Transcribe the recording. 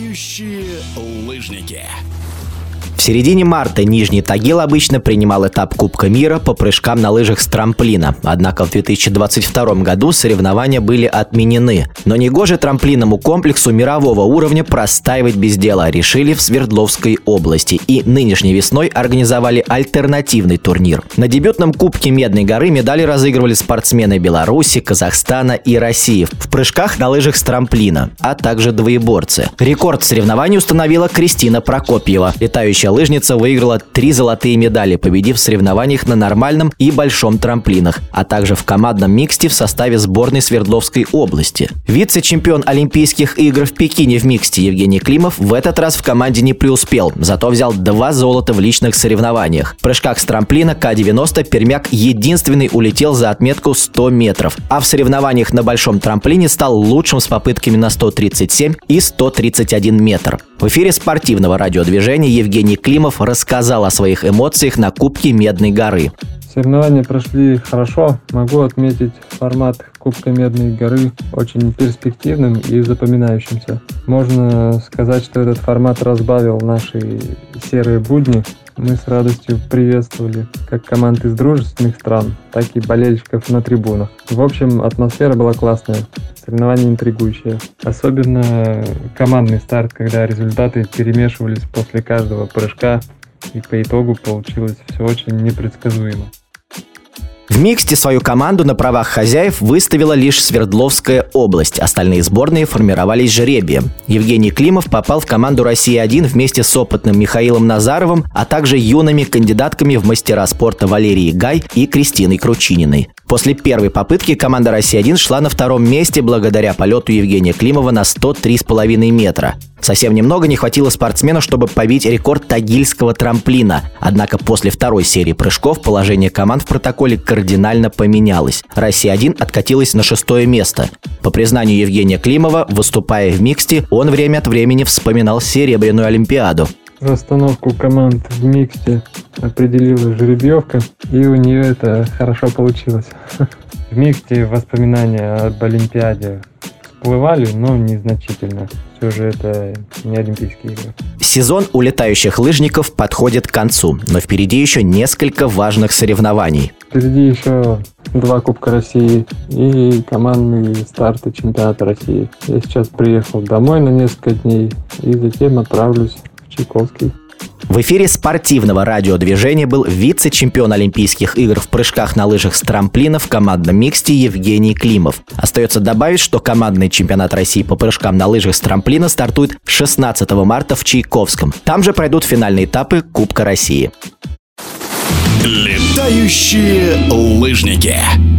Летающие лыжники. В середине марта Нижний Тагил обычно принимал этап Кубка мира по прыжкам на лыжах с трамплина. Однако в 2022 году соревнования были отменены. Но негоже трамплинному комплексу мирового уровня простаивать без дела решили в Свердловской области. И нынешней весной организовали альтернативный турнир. На дебютном Кубке Медной горы медали разыгрывали спортсмены Беларуси, Казахстана и России в прыжках на лыжах с трамплина, а также двоеборцы. Рекорд соревнований установила Кристина Прокопьева. Летающая лыжница выиграла 3 золотые медали, победив в соревнованиях на нормальном и большом трамплинах, а также в командном миксте в составе сборной Свердловской области. Вице-чемпион Олимпийских игр в Пекине в миксте Евгений Климов в этот раз в команде не преуспел, зато взял 2 золота в личных соревнованиях. В прыжках с трамплина К-90 пермяк единственный улетел за отметку 100 метров, а в соревнованиях на большом трамплине стал лучшим с попытками на 137 и 131 метр. В эфире спортивного радиодвижения Евгений Климов рассказал о своих эмоциях на Кубке Медной горы. Соревнования прошли хорошо. Могу отметить формат Кубка Медной горы очень перспективным и запоминающимся. Можно сказать, что этот формат разбавил наши серые будни. Мы с радостью приветствовали как команд из дружественных стран, так и болельщиков на трибунах. В общем, атмосфера была классная, соревнования интригующие. Особенно командный старт, когда результаты перемешивались после каждого прыжка, и по итогу получилось все очень непредсказуемо. В миксте свою команду на правах хозяев выставила лишь Свердловская область. Остальные сборные формировались жребием. Евгений Климов попал в команду «Россия-1» вместе с опытным Михаилом Назаровым, а также юными кандидатками в мастера спорта Валерией Гай и Кристиной Кручининой. После первой попытки команда «Россия-1» шла на втором месте благодаря полету Евгения Климова на 103,5 метра. Совсем немного не хватило спортсмену, чтобы побить рекорд тагильского трамплина. Однако после второй серии прыжков положение команд в протоколе кардинально поменялось. «Россия-1» откатилась на 6-е место. По признанию Евгения Климова, выступая в миксте, он время от времени вспоминал Серебряную Олимпиаду. Расстановку команд в миксте определила жеребьевка, и у нее это хорошо получилось. В миксте воспоминания об Олимпиаде всплывали, но незначительно. Все же это не Олимпийские игры. Сезон у летающих лыжников подходит к концу, но впереди еще несколько важных соревнований. Впереди еще 2 Кубка России и командные старты чемпионата России. Я сейчас приехал домой на несколько дней и затем отправлюсь в Чайковский. В эфире спортивного радиодвижения был вице-чемпион Олимпийских игр в прыжках на лыжах с трамплина в командном миксте Евгений Климов. Остается добавить, что командный чемпионат России по прыжкам на лыжах с трамплина стартует 16 марта в Чайковском. Там же пройдут финальные этапы Кубка России. Летающие лыжники.